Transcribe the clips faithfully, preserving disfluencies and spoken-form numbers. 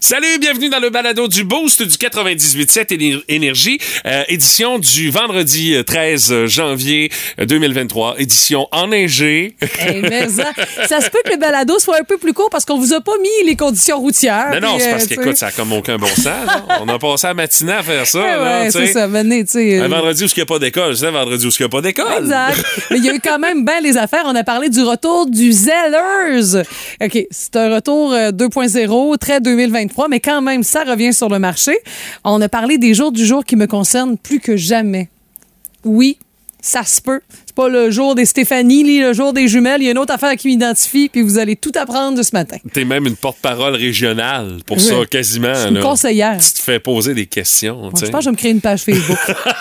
Salut, bienvenue dans le balado du Boost du quatre-vingt-dix-huit sept Énergie, euh, édition du vendredi treize janvier deux mille vingt-trois, édition enneigée. Hey, mais ça, ça se peut que le balado soit un peu plus court parce qu'on vous a pas mis les conditions routières. Non, non, puis, c'est parce euh, qu'écoute, ça a comme aucun bon sens. Là. On a passé la matinée à faire ça. Ouais, là, ouais, c'est ça, venez, tu sais. Un vendredi où il n'y a pas d'école, c'est un vendredi où il n'y a pas d'école. Exact. Mais il y a eu quand même bien les affaires. On a parlé du retour du Zellers. OK, c'est un retour euh, deux point zéro, très deux mille vingt-trois, mais quand même, ça revient sur le marché. On a parlé des jours du jour qui me concernent plus que jamais. Oui, ça se peut. C'est pas le jour des Stéphanie, ni le jour des jumelles. Il y a une autre affaire qui m'identifie, puis vous allez tout apprendre de ce matin. T'es même une porte-parole régionale pour oui. ça, quasiment. Je suis une là. conseillère. Tu te fais poser des questions. Bon, je pense que je vais me créer une page Facebook.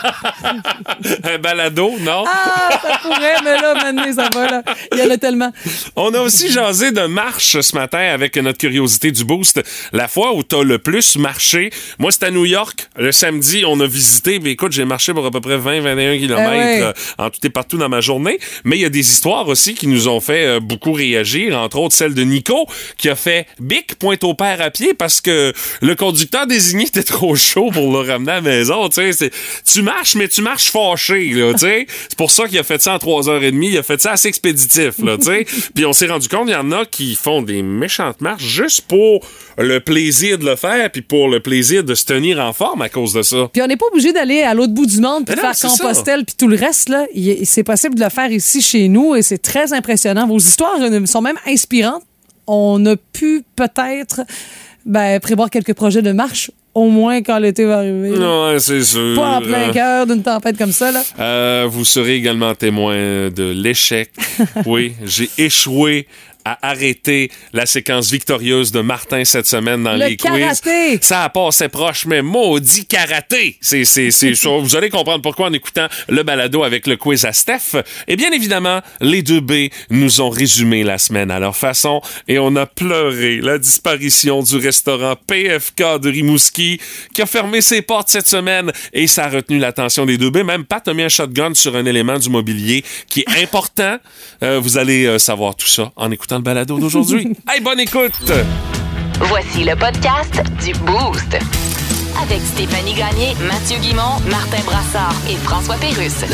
Un balado, non? Ah, ça pourrait, mais là, maintenant, ça va, là. Il y en a tellement. On a aussi jasé de marche ce matin avec notre curiosité du Boost. La fois où t'as le plus marché, moi, c'était à New York. Le samedi, on a visité. Mais écoute, j'ai marché pour à peu près vingt à vingt et un kilomètres eh ouais. euh, en tout et partout dans ma journée. Mais il y a des histoires aussi qui nous ont fait euh, beaucoup réagir. Entre autres, celle de Nico qui a fait bic, pointe au père à pied parce que le conducteur désigné était trop chaud pour le ramener à la maison. Tu sais, tu marches, mais tu marches fâché. Là, tu sais. C'est pour ça qu'il a fait ça en trois heures trente. Il a fait ça assez expéditif. Là, tu sais. Puis on s'est rendu compte, il y en a qui font des méchantes marches juste pour le plaisir de le faire puis pour le plaisir de se tenir en forme à cause de ça. Puis on n'est pas obligé d'aller à l'autre bout du monde puis non, faire c'est Compostelle puis tout le reste. Là. Il, c'est possible de le faire ici chez nous et c'est très impressionnant. Vos histoires sont même inspirantes. On a pu peut-être ben, prévoir quelques projets de marche au moins quand l'été va arriver. Non, c'est sûr. Pas en plein cœur d'une tempête comme ça, là. Euh, vous serez également témoin de l'échec. Oui, j'ai échoué à arrêter la séquence victorieuse de Martin cette semaine dans le les karaté. quiz. Ça a passé proche, mais maudit karaté! C'est, c'est, c'est chaud. Vous allez comprendre pourquoi en écoutant le balado avec le quiz à Steph. Et bien évidemment, les deux B nous ont résumé la semaine à leur façon et on a pleuré la disparition du restaurant P F K de Rimouski qui a fermé ses portes cette semaine et ça a retenu l'attention des deux B. Même Pat a mis un shotgun sur un élément du mobilier qui est important. Euh, vous allez euh, savoir tout ça en écoutant le balado d'aujourd'hui. Hey, bonne écoute! Voici le podcast du Boost. Avec Stéphanie Gagné, Mathieu Guimont, Martin Brassard et François Pérusse.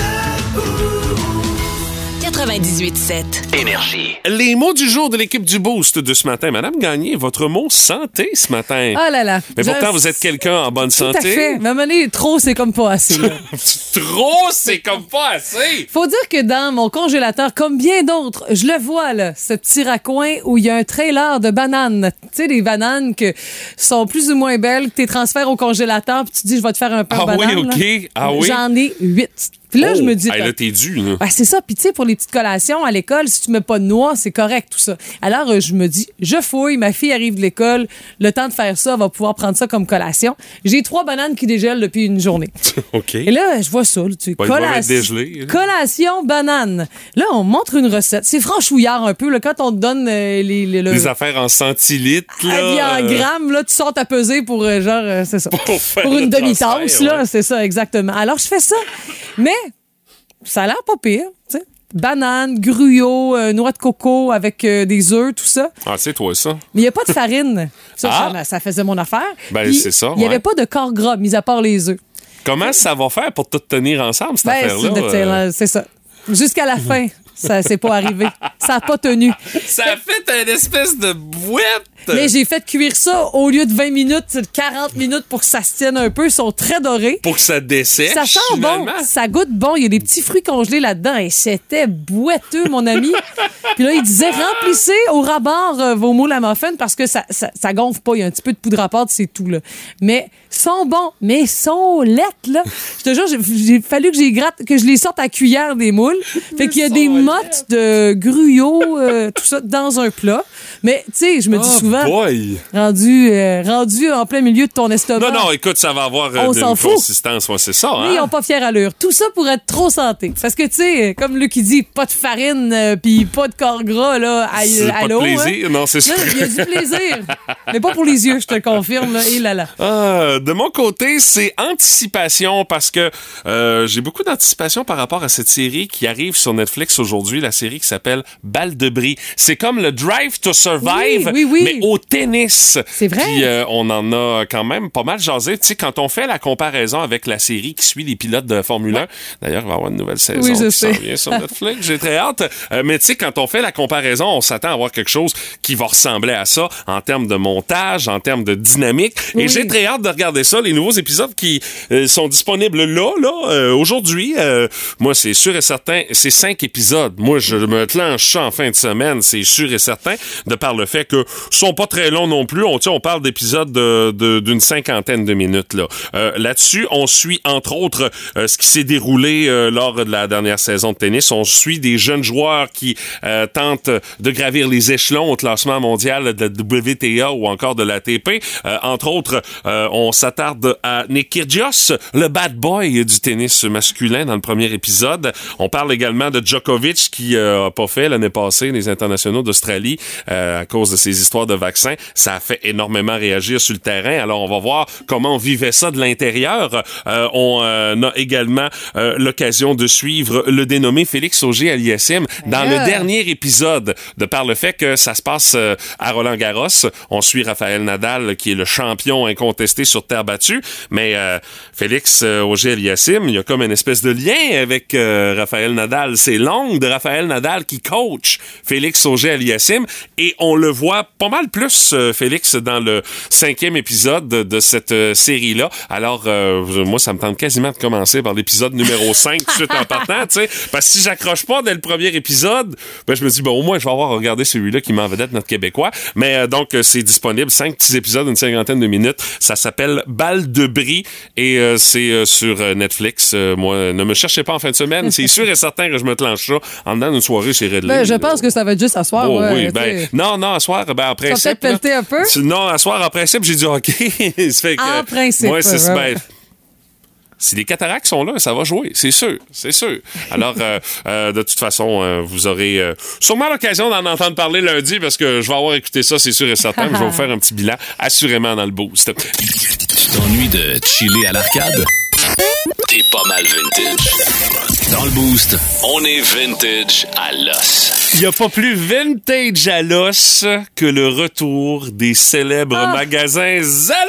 quatre-vingt-dix-huit sept Énergie. Les mots du jour de l'équipe du Boost de ce matin. Madame Gagné, votre mot santé ce matin. Oh là là. Mais Je... pourtant, vous êtes quelqu'un en bonne Tout santé. Tout à fait. Mais à un moment donné, trop, c'est comme pas assez. Trop, c'est comme pas assez. Faut dire que dans mon congélateur, comme bien d'autres, je le vois, là, ce petit raccoin où il y a un trailer de bananes. Tu sais, des bananes qui sont plus ou moins belles, que tu les transfères au congélateur, puis tu te dis, je vais te faire un pain ah de bananes. Ah oui, OK. Ah oui. J'en ai huit. Puis là, oh, je me dis... Hey, là, t'es dû, là. Ben, c'est ça. Puis tu sais, pour les petites collations à l'école, si tu mets pas de noix, c'est correct, tout ça. Alors, euh, je me dis, je fouille, ma fille arrive de l'école, le temps de faire ça, elle va pouvoir prendre ça comme collation. J'ai trois bananes qui dégèlent depuis une journée. OK. Et là, je vois ça, là, tu sais, ben, colla- dégelé, collation banane. Là, on montre une recette. C'est franchouillard un peu, là, quand on te donne euh, les, les, les affaires en centilitres, là. En grammes, là, tu sors ta pesée pour, euh, genre, euh, c'est ça. Pour, pour une demi-tasse, là, ouais. c'est ça, exactement. Alors, je fais ça. Mais... ça a l'air pas pire, tu sais. Banane, gruyot, euh, noix de coco avec euh, des œufs, tout ça. Ah, c'est toi, ça. Mais il n'y a pas de farine. Ça, ah. ça, ça faisait mon affaire. Ben, Puis, c'est ça. Il n'y avait ouais. pas de corps gras, mis à part les œufs. Comment ça va faire pour tout tenir ensemble, cette ben, affaire-là? C'est, euh... c'est ça. Jusqu'à la fin, ça s'est pas arrivé. Ça n'a pas tenu. Ça a fait une espèce de bouette. Mais j'ai fait cuire ça au lieu de vingt minutes, quarante minutes pour que ça se tienne un peu. Ils sont très dorés. Pour que ça dessèche, ça sent finalement. bon, ça goûte bon. Il y a des petits fruits congelés là-dedans et c'était boiteux, mon ami. Puis là, il disait, remplissez au rabord euh, vos moules à muffin parce que ça, ça, ça gonfle pas. Il y a un petit peu de poudre à pâte, c'est tout, là. Mais sont bons, mais sont lettres, là. Je te jure, j'ai, j'ai fallu que j'ai gratte, que je les sorte à cuillère des moules. Fait qu'il y a des mottes de gruyot, euh, tout ça, dans un plat. Mais, tu sais, je me dis oh souvent, boy. rendu, euh, rendu en plein milieu de ton estomac. Non, non, écoute, ça va avoir euh, On une s'en fout. consistance. Ouais, c'est ça, hein? Mais ils n'ont pas fière allure. Tout ça pour être trop santé. Parce que, tu sais, comme Luc il dit, pas de farine euh, puis pas de corps gras, là, à, c'est à pas l'eau. de plaisir, hein. non, c'est ça. Il y a du plaisir. Mais pas pour les yeux, je te le confirme, là. Et là, là. Ah, de mon côté, c'est anticipation parce que euh, j'ai beaucoup d'anticipation par rapport à cette série qui arrive sur Netflix aujourd'hui, la série qui s'appelle Balle de bris. C'est comme le Drive to Survive Survive, Oui, oui, oui. mais au tennis. C'est vrai. Puis euh, on en a quand même pas mal jasé. Tu sais, quand on fait la comparaison avec la série qui suit les pilotes de Formule un, d'ailleurs, il va y avoir une nouvelle saison Oui, je qui sais. s'en vient sur Netflix. J'ai très hâte. Euh, mais tu sais, quand on fait la comparaison, on s'attend à voir quelque chose qui va ressembler à ça en termes de montage, en termes de dynamique. Oui. Et j'ai très hâte de regarder ça, les nouveaux épisodes qui euh, sont disponibles là, là, euh, aujourd'hui. Euh, moi, c'est sûr et certain, c'est cinq épisodes. Moi, je me clenche ça en fin de semaine, c'est sûr et certain, de par le fait que sont pas très longs non plus. On, tu sais, on parle d'épisodes de, de, d'une cinquantaine de minutes, là. Euh, là-dessus, on suit, entre autres, euh, ce qui s'est déroulé euh, lors de la dernière saison de tennis. On suit des jeunes joueurs qui euh, tentent de gravir les échelons au classement mondial de la W T A ou encore de la T P. Euh, entre autres, euh, on s'attarde à Nick Kyrgios, le bad boy du tennis masculin dans le premier épisode. On parle également de Djokovic qui euh, a pas fait l'année passée les internationaux d'Australie euh, à cause de ses histoires de vaccins. Ça a fait énormément réagir sur le terrain. Alors, on va voir comment on vivait ça de l'intérieur. Euh, on euh, a également euh, l'occasion de suivre le dénommé Félix Auger-Aliassime dans Yeah. le dernier épisode, de par le fait que ça se passe euh, à Roland-Garros. On suit Raphaël Nadal, qui est le champion incontesté sur terre battue, mais euh, Félix euh, Auger-Aliassime, il y a comme une espèce de lien avec euh, Raphaël Nadal. C'est l'oncle de Raphaël Nadal qui coach Félix Auger-Aliassime, et on le voit pas mal plus, euh, Félix, dans le cinquième épisode de, de cette euh, série-là. Alors, euh, moi, ça me tente quasiment de commencer par l'épisode numéro cinq, tout de suite en partant, tu sais, parce que si j'accroche pas dès le premier épisode, ben, je me dis, bon, au moins, je vais avoir regardé celui-là qui m'en vedette notre Québécois. Mais euh, donc, euh, c'est disponible, cinq petits épisodes, une cinquantaine de minutes. Ça s'appelle Balle de bris, et euh, c'est euh, sur euh, Netflix. Euh, moi, ne me cherchez pas en fin de semaine. C'est sûr et certain que je me clenche ça en dedans d'une soirée chez Redley. Ben, je pense que ça va être juste à soir. Oh, ouais, oui, ben, t'sais. non, non, à soir, ben, en Tu vas principe. peut-être pelleter là, un peu? tu- Non, à soir, en principe, j'ai dit OK. Ça fait que, En principe, ouais, c'est ouais, ben, ouais. si les cataractes sont là, ça va jouer, c'est sûr, c'est sûr. Alors, euh, euh, de toute façon, euh, vous aurez euh, sûrement l'occasion d'en entendre parler lundi, parce que je vais avoir écouté ça, c'est sûr et certain. Mais je vais vous faire un petit bilan, assurément, dans le boost. Tu t'ennuies de chiller à l'arcade? T'es pas mal vintage. Dans le boost, on est vintage à l'os. Il n'y a pas plus vintage à l'os que le retour des célèbres Ah. magasins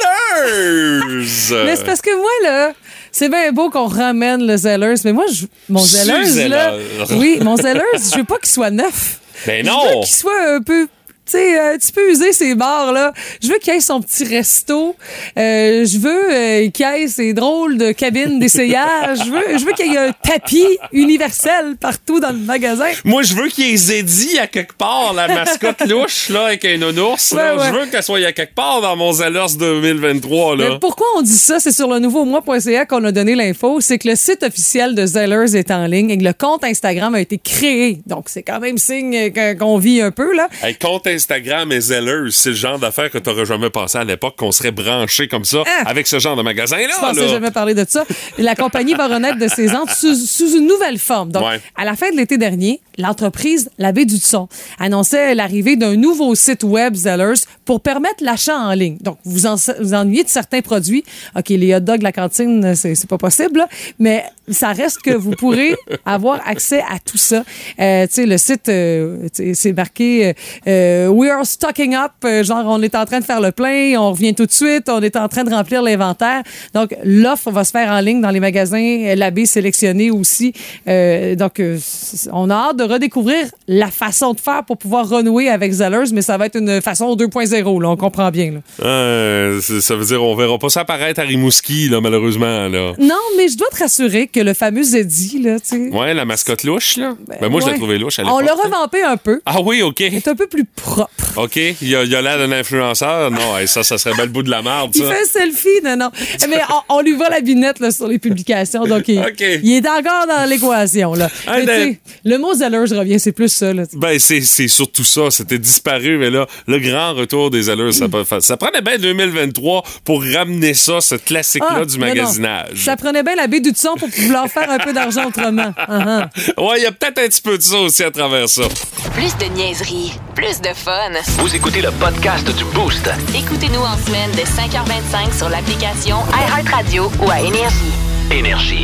Zellers. Mais c'est parce que moi, là, c'est bien beau qu'on ramène le Zellers, mais moi, je, mon Su Zellers, là. Zellers. Oui, mon Zellers, je veux pas qu'il soit neuf. Ben Je non! veux qu'il soit un peu. Tu sais, un petit peu usé, ces bars, là. Je veux qu'il ait son petit resto. Euh, je veux euh, qu'il ait ses drôles de cabines d'essayage. Je veux, je veux qu'il y ait un tapis universel partout dans le magasin. Moi, je veux qu'il y ait Zeddy à quelque part, la mascotte louche, là, avec un nounours. Là. Ouais, ouais. Je veux qu'elle soit à quelque part dans mon Zellers deux mille vingt-trois, là. Mais pourquoi on dit ça? C'est sur le nouveau moi point c a qu'on a donné l'info. C'est que le site officiel de Zellers est en ligne et que le compte Instagram a été créé. Donc, c'est quand même signe que- qu'on vit un peu, là. Hey, compte Instagram et Zellers, c'est le genre d'affaire que t'aurais jamais pensé à l'époque qu'on serait branché comme ça Ah! avec ce genre de magasin-là. Je pensais là. jamais parler de ça. La compagnie va renaître de ses ventes sous, sous une nouvelle forme. Donc, Ouais. à la fin de l'été dernier, l'entreprise La Baie du Son annonçait l'arrivée d'un nouveau site web Zellers pour permettre l'achat en ligne. Donc, vous en, vous ennuyez de certains produits. OK, les hot dogs de la cantine, c'est, c'est pas possible, là, mais ça reste que vous pourrez avoir accès à tout ça. Euh, tu sais, le site, euh, tu sais, c'est marqué euh, We are stocking up, euh, genre on est en train de faire le plein, on revient tout de suite, on est en train de remplir l'inventaire. Donc, l'offre va se faire en ligne dans les magasins euh, La Baie sélectionnés aussi. Euh, donc, euh, c- on a hâte de redécouvrir la façon de faire pour pouvoir renouer avec Zellers, mais ça va être une façon deux point zéro, là, on comprend bien. Là. Euh, c'est- ça veut dire on verra pas ça apparaître à Rimouski, là, malheureusement. Là. Non, mais je dois te rassurer que le fameux Zeddy, là, tu sais... Ouais, la mascotte louche, là. Ben, moi, je ouais. l'ai trouvé louche à On l'époque. l'a revampé un peu. Ah oui, OK. Il est un peu plus propre. OK. Il y a, il y a l'air d'un influenceur. Non, hey, ça, ça serait bien le bout de la marde, Il ça. fait un selfie, non, non. Mais on, on lui voit la binette là, sur les publications, donc il, OK. il est encore dans l'équation. Là. Ah, Mais, ben- tu sais, le mot Zeller, je reviens, c'est plus ça. Là, Ben, c'est, c'est surtout ça. C'était disparu, mais là, le grand retour des Zellers, ça, peut- ça prenait bien deux mille vingt-trois pour ramener ça, ce classique-là Ah, du non, non. magasinage. Ça prenait bien la baie du son pour vouloir faire un peu d'argent autrement. Ah, ah. Ouais, il y a peut-être un petit peu de ça aussi à travers ça. Plus de niaiserie, plus de fun. Vous écoutez le podcast du Boost. Écoutez-nous en semaine de cinq heures vingt-cinq sur l'application iHeartRadio ou à Énergie. Énergie.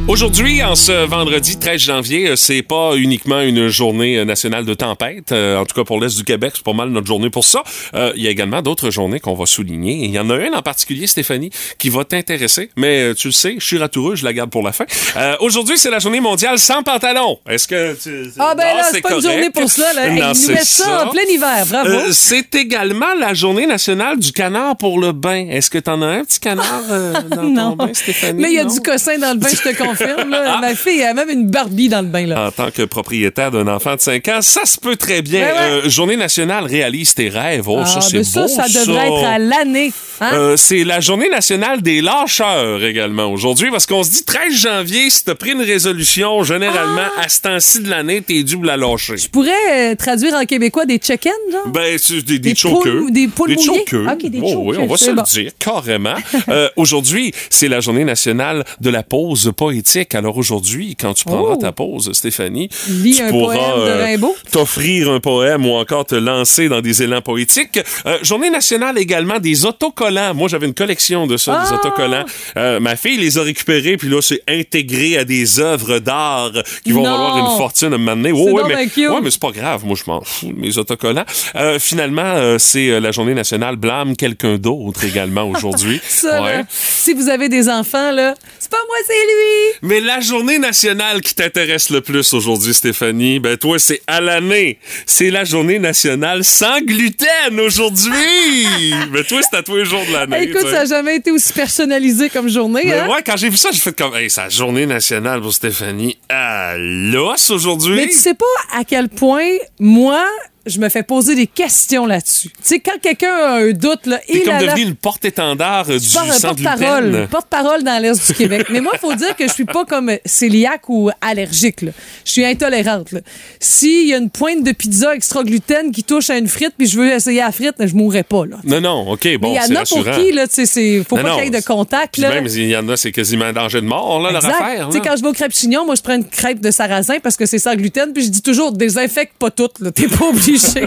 Aujourd'hui, en ce vendredi treize janvier, c'est pas uniquement une journée nationale de tempête. Euh, en tout cas, pour l'Est du Québec, c'est pas mal notre journée pour ça. Euh, il y a également d'autres journées qu'on va souligner. Il y en a une en particulier, Stéphanie, qui va t'intéresser. Mais euh, tu le sais, je suis ratoureux, je la garde pour la fin. Euh, aujourd'hui, c'est la journée mondiale sans pantalon. Est-ce que tu... Ah ben non, là, c'est, c'est pas correct. Une journée pour ça. Là. Hey, non, ils nous mettent ça, ça en plein hiver. Bravo. Euh, c'est également la journée nationale du canard pour le bain. Est-ce que t'en as un petit canard euh, dans non. ton bain, Stéphanie? Mais il y a non? du cossin dans le bain, je te confirme. Là. Ma fille a même une Barbie dans le bain. Là. En tant que propriétaire d'un enfant de cinq ans, ça se peut très bien. Ouais, ouais. Euh, journée nationale réalise tes rêves. Oh, ah, ça, c'est ça, beau, ça. Ça devrait être à l'année. Hein? Euh, c'est la journée nationale des lâcheurs également aujourd'hui, parce qu'on se dit treize janvier, si t'as pris une résolution, généralement, ah. à ce temps-ci de l'année, t'es dû la lâcher. Je pourrais euh, traduire en québécois des check-ins, genre? Ben, c'est des, des, des choqueux. Des poules des mouillées? choqueux. Okay, des oh, oui, on va se bon. le dire, carrément. euh, aujourd'hui, c'est la journée nationale de la pause poétique. Alors aujourd'hui, quand tu prendras oh. ta pause, Stéphanie, Lis tu un pourras poème de Rimbaud. Euh, t'offrir un poème ou encore te lancer dans des élans poétiques. Euh, journée nationale également des autocollants. Moi, j'avais une collection de ça, ah. des autocollants. Euh, ma fille les a récupérés, puis là, c'est intégré à des œuvres d'art qui vont non. valoir une fortune à un moment donné. Oh, ouais, mais, ouais, mais c'est pas grave. Moi, je m'en fous de mes autocollants. Euh, finalement, euh, c'est la journée nationale blâme quelqu'un d'autre également aujourd'hui. ça, ouais. là, si vous avez des enfants, là, c'est pas moi, c'est lui. Mais la journée nationale qui t'intéresse le plus aujourd'hui, Stéphanie, ben toi, c'est à l'année. C'est la journée nationale sans gluten aujourd'hui. Ben toi, c'est à tous les jours de l'année. Écoute, t'sais. Ça n'a jamais été aussi personnalisé comme journée. Mais hein? ouais, quand j'ai vu ça, j'ai fait comme, hey, c'est la journée nationale pour Stéphanie à l'os aujourd'hui. Mais tu sais pas à quel point, moi, je me fais poser des questions là-dessus. Tu sais, quand quelqu'un a un doute, là, il est comme a devenu la... une porte-étendard du sang porte-parole, gluten. Porte-parole dans l'Est du Québec. Mais moi, il faut dire que je suis pas comme cœliaque ou allergique. Là. Je suis intolérante. Là. S'il y a une pointe de pizza extra gluten qui touche à une frite puis je veux essayer la frite, je mourrais pas. Là. Non, non, OK, bon, c'est rassurant. Il y en a pour qui, là, tu sais, il faut non, pas qu'il y ait de contact. Là. Même, il y en a, c'est quasiment un danger de mort, là, leur affaire. Tu sais, quand je vais au crêpe chignon, moi, je prends une crêpe de sarrasin parce que c'est sans gluten puis je dis toujours, désinfecte pas toutes, là. T'es pas obligé.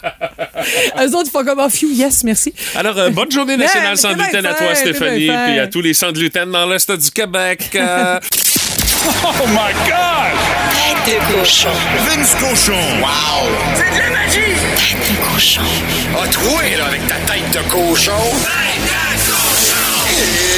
Eux autres, ils font comme un few, yes, merci. Alors, euh, bonne journée nationale yeah, sans gluten à toi, Stéphanie, puis à tous les sans gluten dans l'Est du Québec. Euh... oh my God! Tête de cochon. Vince Cochon. Wow! C'est de la magie! Tête de cochon. A troué, là, avec ta tête de cochon. Tête de cochon!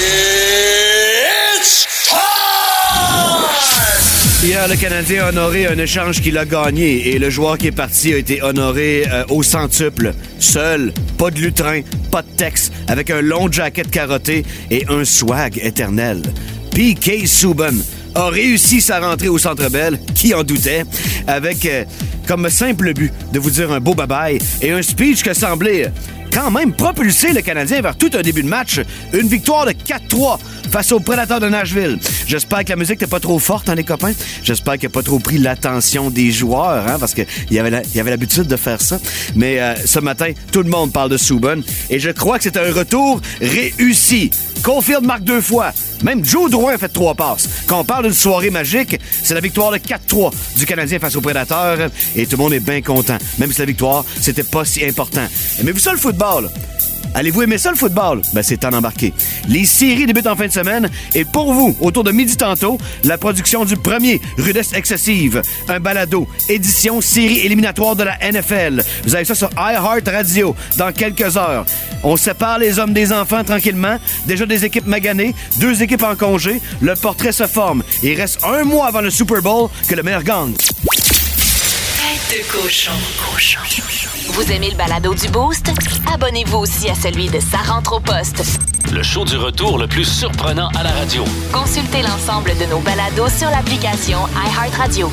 It's time! Hier, le Canadien a honoré un échange qu'il a gagné et le joueur qui est parti a été honoré euh, au centuple. Seul, pas de lutrin, pas de texte, avec un long jacket carotté et un swag éternel. P K Subban a réussi sa rentrée au Centre Bell, qui en doutait, avec euh, comme simple but de vous dire un beau bye-bye et un speech qui semblait quand même propulser le Canadien vers tout un début de match. Une victoire de quatre trois face aux Prédateurs de Nashville. J'espère que la musique n'était pas trop forte, hein, les copains. J'espère qu'il n'a pas trop pris l'attention des joueurs, hein, parce qu'il y avait, la, y avait l'habitude de faire ça. Mais euh, ce matin, tout le monde parle de Subban et je crois que c'est un retour réussi. Caulfield marque deux fois. Même Joe Drouin a fait trois passes. Quand on parle d'une soirée magique, c'est la victoire de quatre trois du Canadien face aux Prédateurs et tout le monde est bien content. Même si la victoire, c'était pas si important. Aimez-vous ça, le football? Allez-vous aimer ça, le football? Ben, c'est temps d'embarquer. Les séries débutent en fin de semaine et pour vous, autour de midi tantôt, la production du premier Rudesse Excessive, un balado, édition série éliminatoire de la N F L. Vous avez ça sur iHeart Radio dans quelques heures. On sépare les hommes des enfants tranquillement. Déjà des équipes maganées, deux équipes en congé. Le portrait se forme. Il reste un mois avant le Super Bowl que le meilleur gagne. Tête de cochon. Cochon. Vous aimez le balado du Boost? Abonnez-vous aussi à celui de Sa rentre au poste. Le show du retour le plus surprenant à la radio. Consultez l'ensemble de nos balados sur l'application iHeartRadio.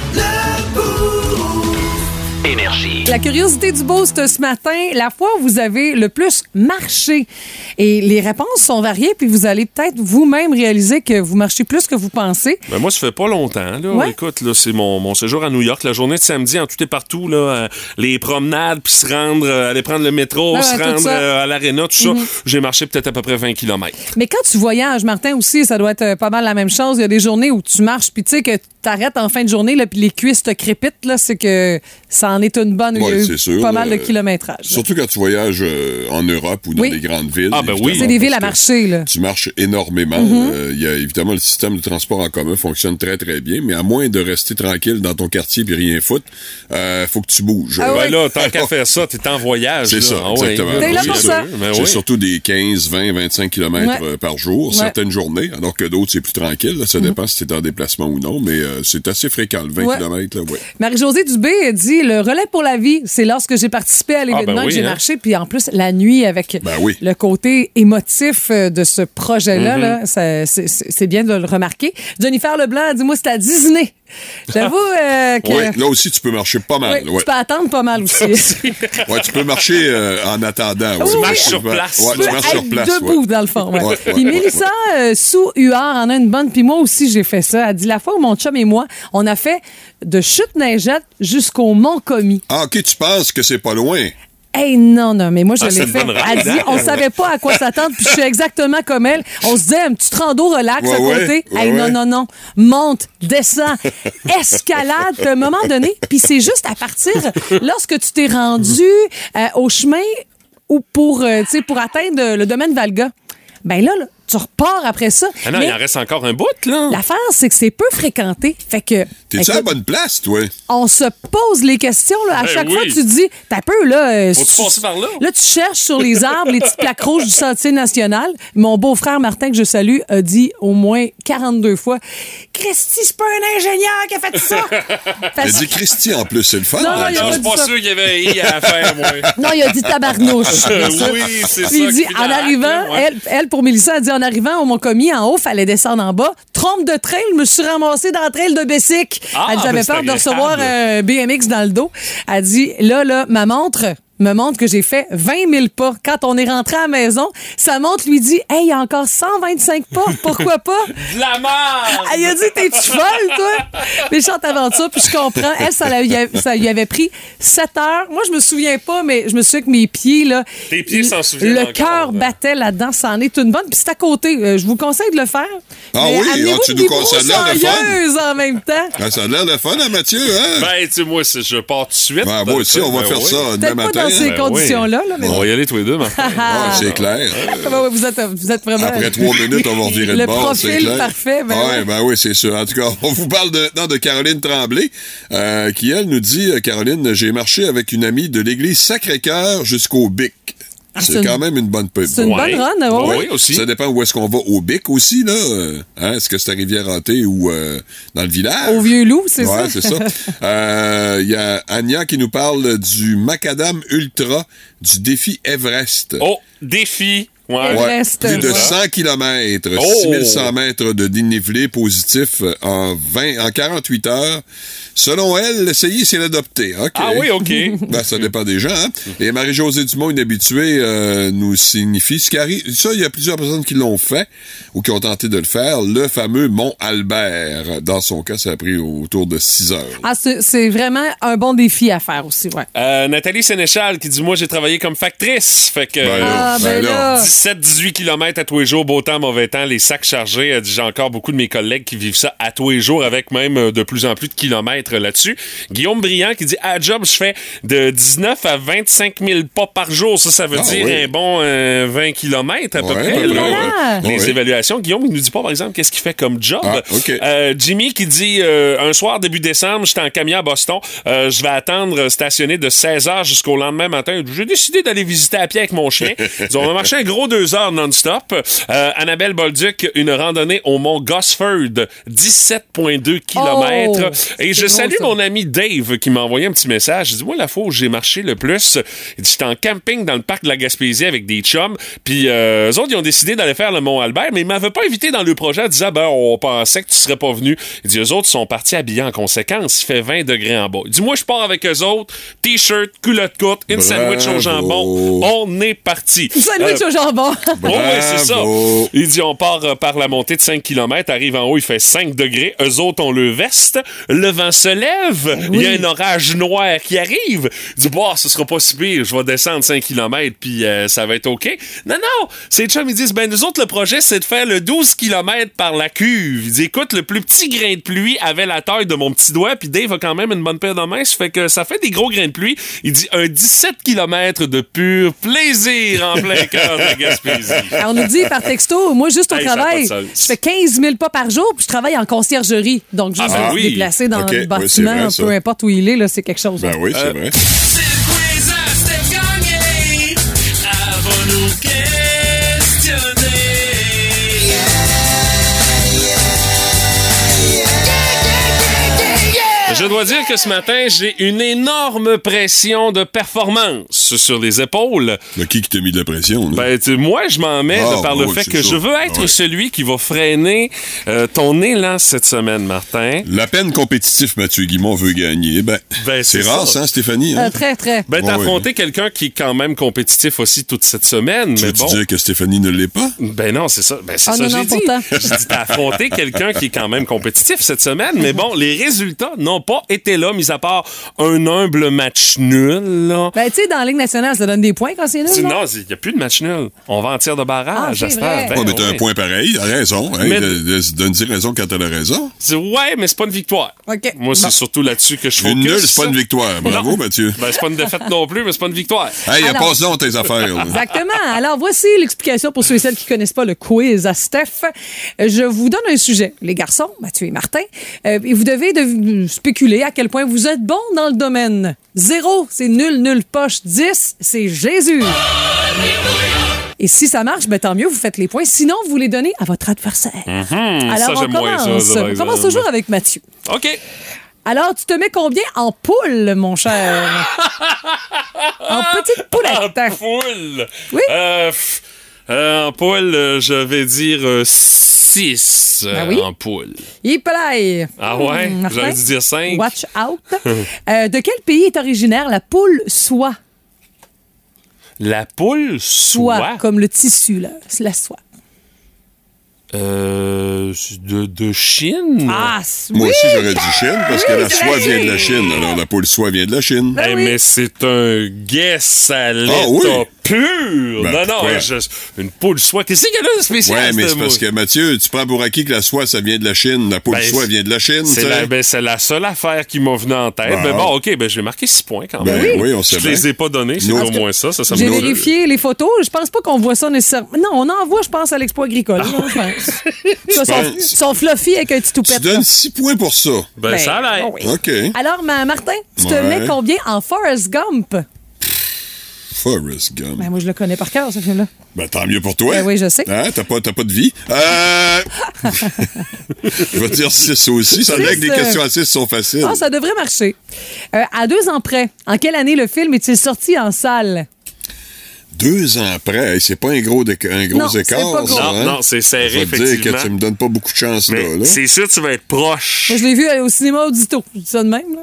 Énergie. La curiosité du Boost ce matin, la fois où vous avez le plus marché. Et les réponses sont variées, puis vous allez peut-être vous-même réaliser que vous marchez plus que vous pensez. Ben moi, ça fait pas longtemps. Là. Ouais. Écoute, là, c'est mon, mon séjour à New York. La journée de samedi, en tout et partout, là, euh, les promenades, puis se rendre, euh, aller prendre le métro, ouais, se ouais, rendre euh, à l'aréna, tout Mm-hmm. ça. J'ai marché peut-être à peu près vingt kilomètres. Mais quand tu voyages, Martin, aussi, ça doit être pas mal la même chose. Il y a des journées où tu marches, puis tu sais que t'arrêtes en fin de journée, là, puis les cuisses te crépitent, là, c'est que ça en est une bonne. Ouais, il y a eu c'est sûr, pas mal de euh, kilométrage. Surtout quand tu voyages euh, en Europe ou dans Oui. des grandes villes. Ah, ben oui. évidemment, C'est des villes à parce que marcher, là. Tu marches énormément. Il Mm-hmm. euh, y a évidemment le système de transport en commun fonctionne très très bien, mais à moins de rester tranquille dans ton quartier puis rien foutre, euh, faut que tu bouges. Ah Ben oui. là, tant qu'à faire ça, t'es en voyage. C'est là. ça, Ah ouais. exactement. T'es là J'ai pour sur- ça. Ben J'ai oui. surtout des quinze, vingt, vingt-cinq kilomètres Ouais. euh, par jour, Ouais. certaines journées, alors que d'autres, c'est plus tranquille. Là, ça dépend si t'es en déplacement ou non, mais euh, c'est assez fréquent, le vingt Ouais. kilomètres. Là, ouais. Marie-Josée Dubé dit le relais pour la vie, c'est lorsque j'ai participé à l'événement Ah, ben oui, que j'ai hein. marché, puis en plus la nuit avec Ben oui. le côté émotif euh, de ce projet-là, Mm-hmm. là, ça- c'est- c'est c'est bien de le remarquer. Jennifer Leblanc dit moi c'est à Disney. J'avoue euh, que Ouais, là aussi, tu peux marcher pas mal. oui, Ouais. tu peux attendre pas mal aussi. Ouais, tu peux marcher euh, en attendant. ouais. Tu marches Ouais, sur tu peux- place. Ouais, Tu peux tu marches sur être place. debout, ouais. dans le fond. Ouais. Ouais, ouais, Puis ouais, Mélissa euh, sous Huard en a une bonne. Puis moi aussi, j'ai fait ça. Elle dit la fois où mon chum et moi, on a fait de Chute-Neigette jusqu'au Mont-Commis. Ah, OK, tu penses que c'est pas loin. Hey, non, non, mais moi, je Ah, c'est l'ai une fait. bonne Elle ride, dit, hein? on savait pas à quoi s'attendre, puis je suis exactement comme elle. On se disait, un petit rando relax Ouais, à ouais, côté. ouais, hey, non, ouais. non, non. Monte, descends, escalade. Puis à un moment donné, puis c'est juste à partir, lorsque tu t'es rendu euh, au chemin ou pour, euh, tu sais, pour atteindre le domaine Valga, ben là, là, tu repars après ça. Ah non, Mais il en reste encore un bout, là. l'affaire, c'est que c'est peu fréquenté. Fait que. T'es-tu à la écoute, bonne place, toi? on se pose les questions. Là. À Ben chaque oui. fois, tu te dis, t'as peu, là. euh, Faut-tu su- passer par là? Là, tu cherches sur les arbres les petites plaques rouges du Sentier national. Mon beau-frère Martin, que je salue, a dit au moins quarante-deux fois Christy, c'est pas un ingénieur qui a fait ça. Il a Parce- dit Christy en plus, c'est le fun. Non, hein, non, il a Non, pas je suis dit pas ça. sûr qu'il y avait I à faire, moi. Non, il a dit tabarnouche. bien sûr. Oui, c'est Puis ça il dit, qui en l'arrache, arrivant, là, ouais. elle, elle, pour Mélissa, elle dit, en arrivant au Mont-Commis, en haut, fallait descendre en bas. Trompe de trail, je me suis ramassée dans le trail de Bessic. Ah, elle dit, ben, j'avais c'est peur de agréable. recevoir un B M X dans le dos. Elle dit, là, là, ma montre me montre que j'ai fait vingt mille pas. Quand on est rentré à la maison, sa montre lui dit, hey, il y a encore cent vingt-cinq pas. Pourquoi pas? De la merde! Elle a dit, t'es-tu folle, toi? Méchante aventure, puis je comprends. Elle, ça, la- ça lui avait pris sept heures. Moi, je me souviens pas, mais je me souviens que mes pieds, là. Tes pieds le- s'en souviennent Le encore, cœur là. battait là-dedans. Ça en est une bonne. Puis c'est à côté. Euh, je vous conseille de le faire. Ah Mais oui? amenez-vous Ah, tu des nous conseilles là, le fun? broussailleuses en même temps. Ah, ça a l'air de fun, hein, Mathieu? Hein? Ben, tu sais, moi, c'est- je pars tout de suite. Ben, moi aussi, on va Ben faire oui. ça demain Peut-être pas matin. dans ces hein? Ben conditions-là, là, mais On va y aller tous les deux, Martin. Ouais, c'est clair. Ah, ben ouais, vous, êtes, vous êtes vraiment. Après trois minutes, on va revirer Le de bord, c'est profil clair. parfait. Ben ouais, ouais. ben oui, c'est sûr. En tout cas, on vous parle de, non, de Caroline Tremblay, euh, qui, elle, nous dit, euh, Caroline, j'ai marché avec une amie de l'église Sacré-Cœur jusqu'au Bic. c'est C'est une- quand même une bonne pub. C'est une Ouais. bonne run, ouais, ouais. Oui, aussi. Ça dépend où est-ce qu'on va au Bic aussi, là. Euh, Hein? Est-ce que c'est à Rivière-Hantée ou euh, dans le village? Au Vieux-Loup, c'est ça? Ouais, c'est ça. Euh, Il y a Anya qui nous parle du Macadam Ultra du défi Everest. Oh, défi. Ouais. Ouais. Everest. Plus de Ouais. cent kilomètres, Oh! six mille cent mètres de dénivelé positif en vingt, en quarante-huit heures. Selon elle, l'essayer, c'est l'adopter. OK. Ah oui, OK. Ben, ça dépend des gens. Hein? Et Marie-Josée Dumont, une habituée, euh, nous signifie ce qui arrive. Ça, il y a plusieurs personnes qui l'ont fait ou qui ont tenté de le faire. Le fameux Mont Albert. Dans son cas, ça a pris autour de six heures. Ah, c'est c'est vraiment un bon défi à faire aussi, ouais. Euh, Nathalie Sénéchal qui dit, moi, j'ai travaillé comme factrice. Fait que... Ben là, Ah, ben ben là. là. dix-sept à dix-huit kilomètres à tous les jours, beau temps, mauvais temps, les sacs chargés. Elle dit, j'ai encore beaucoup de mes collègues qui vivent ça à tous les jours avec même euh, de plus en plus de kilomètres là-dessus. Guillaume Briand qui dit, à job, je fais de dix-neuf à vingt-cinq mille pas par jour. Ça, ça veut Ah, dire oui. un bon euh, vingt kilomètres à peu Ouais, près. à peu là. près, ouais. Les Ouais. évaluations. Guillaume, il nous dit pas, par exemple, qu'est-ce qu'il fait comme job. Ah, OK. Euh, Jimmy qui dit, euh, un soir, début décembre, j'étais en camion à Boston. Euh, je vais attendre euh, stationner de seize heures jusqu'au lendemain matin. J'ai décidé d'aller visiter à pied avec mon chien. Ils ont marché un gros deux heures non-stop. Euh, Annabelle Bolduc, une randonnée au mont Gosford, dix-sept virgule deux kilomètres. Oh, Et je c'est salue gros, ça. mon ami Dave qui m'a envoyé un petit message. Il dit, moi, la fois où j'ai marché le plus, il dit, j'étais en camping dans le parc de la Gaspésie avec des chums. Puis euh, eux autres, ils ont décidé d'aller faire le mont Albert, mais ils m'avaient pas invité dans le projet en disant, ben, on pensait que tu serais pas venu. Il dit, eux autres sont partis habillés en conséquence. Il fait vingt degrés en bas. Il dit, moi, je pars avec eux autres. T-shirt, culotte courte, une Bravo. sandwich au jambon. On est parti. Sandwich Euh, au jambon. bon. Oh, ouais, c'est ça. Bravo. Il dit on part euh, par la montée de cinq kilomètres, arrive en haut, il fait cinq degrés. Eux autres ont le veste. Le vent se lève. Il oui. y a un orage noir qui arrive. Il dit bah, ce sera pas si pire. Je vais descendre cinq kilomètres puis euh, ça va être OK. Non, non. Ces chums, ils disent ben, nous autres, le projet, c'est de faire le douze kilomètres par la cuve. Il dit écoute, le plus petit grain de pluie avait la taille de mon petit doigt, puis Dave a quand même une bonne paire de mains. Ça fait que ça fait des gros grains de pluie. Il dit un dix-sept kilomètres de pur plaisir en plein cœur de la Gaspésie. Alors, on nous dit par texto, moi, juste au Hey, ça a travail, pas de sens. je fais quinze mille pas par jour, puis je travaille en conciergerie. Donc, juste Ah, ben se oui. déplacer dans OK, le oui, bâtiment, c'est vrai, ça. peu importe où il est, là, c'est quelque chose. Ben oui, c'est Euh, vrai. C'est le quiz à Steph Gagné. Avons-nous questionné? Je dois dire que ce matin, j'ai une énorme pression de performance sur les épaules. Mais qui qui t'a mis de la pression, là? Ben, tu- moi, je m'en mets Ah, de par le oui, fait c'est que ça. je veux être Ouais. celui qui va freiner euh, ton élan cette semaine, Martin. La peine compétitif, Mathieu Guimont veut gagner. Ben, Ben, c'est c'est rare, ça. ça, Stéphanie? Hein? Euh, très, très. Ben, t'as Ouais, affronté quelqu'un qui est quand même compétitif aussi toute cette semaine, Tu mais veux-tu bon. dire que Stéphanie ne l'est pas? Ben non, c'est ça. Ben c'est Ah, ça non, que non, j'ai dit. pourtant. J'ai dit t'as affronté quelqu'un qui est quand même compétitif cette semaine, mais bon, les résultats n'ont pas été là, mis à part un humble match nul, là. Ben, tu sais, dans la Ligue nationale, ça donne des points quand c'est nul, non? Non, il n'y a plus de match nul. On va en tir de barrage, Ah, c'est j'espère. vrai. Ben, Ouais, mais t'as ouais. un point pareil, t'as raison. Hein? Mais- De- de- Donne-y raison quand t'as la raison. C'est- Ouais, mais c'est pas une victoire. OK. Moi, c'est Bon. surtout là-dessus que je focus. Une nulle, c'est pas une victoire. Bravo, Non. Mathieu. Ben, c'est pas une défaite non plus, mais c'est pas une victoire. Hey, Alors- passe donc tes affaires. là. Exactement. Alors, voici l'explication pour ceux et celles qui connaissent pas le quiz à Steph. Euh, Je vous donne un sujet, les garçons, Mathieu et Martin, euh, et vous devez de- spéculer à quel point vous êtes bons dans le domaine. Zéro, c'est nul, nul poche. Dix, c'est Jésus. Et si ça marche, ben tant mieux, vous faites les points. Sinon, vous les donnez à votre adversaire. Alors, Mhm. ça, on j'aime moins ça, commence. ça, par on exemple. commence toujours avec Mathieu. OK. Alors, tu te mets combien en poule, mon cher? En petite poulette. En poule. Oui. Euh, pff, euh, en poule, euh, je vais dire six Ben oui. en poule. Hippelay. Ah ouais? Hmm, Martin? J'aurais dû dire cinq. Watch out. Euh, de quel pays est originaire la poule soie? La poule Soie, soie. comme le tissu, là. C'est la soie. Euh, de, de Chine? Ah, c- Moi oui! aussi, j'aurais dit Chine, parce que Oui, la c'est soie vrai. vient de la Chine. Alors, la poule soie vient de la Chine. Eh, oui. mais c'est un guess à l'état Ah oui? pur. Ben, non, non, pourquoi? je- une poule soie. Qu'est-ce qu'il y a là de spécial? Ouais, mais ce c'est parce mot? que, Mathieu, tu prends pour acquis que la soie, ça vient de la Chine. La poule Ben, soie vient de la Chine, tu C'est sais. la, ben, c'est la seule affaire qui m'a venu en tête. Bon. Mais bon, OK, ben, je vais marquer six points quand Ben même. oui, on sait Je bien. les ai pas donnés, c'est Nous- au moins ça. Ça, ça me J'ai donne- vérifié les photos. Je pense pas qu'on voit ça nécessairement. Non, on en voit, je pense, à l'Expo agricole. là, je pense. Ils sont, penses? sont fluffy avec un petit Tu toupette. là. donnes six points pour ça. Ben, Ben, ça a l'air. oh oui. OK. Alors, ma- Martin, tu te Ouais. mets combien en Forrest Gump? Forrest Gump. Ben, moi, je le connais par cœur, ce film-là. Ben, tant mieux pour toi. Ben oui, je sais. Hein, t'as pas, t'as pas de vie. Euh... je vais dire six aussi. Ça Six, veut dire que les euh, questions à six sont faciles. Ah, ça devrait marcher. Euh, à deux ans près, en quelle année le film est-il sorti en salle? Deux ans après, hey, c'est pas un gros, déca- un gros Non, c'est écart, pas gros. ça, Non, hein? non, c'est serré, Je vais te dire effectivement. que tu me donnes pas beaucoup de chance, Mais là. là. c'est sûr que tu vas être proche. Moi, je l'ai vu aller au cinéma Audito. Je dis ça de même, là.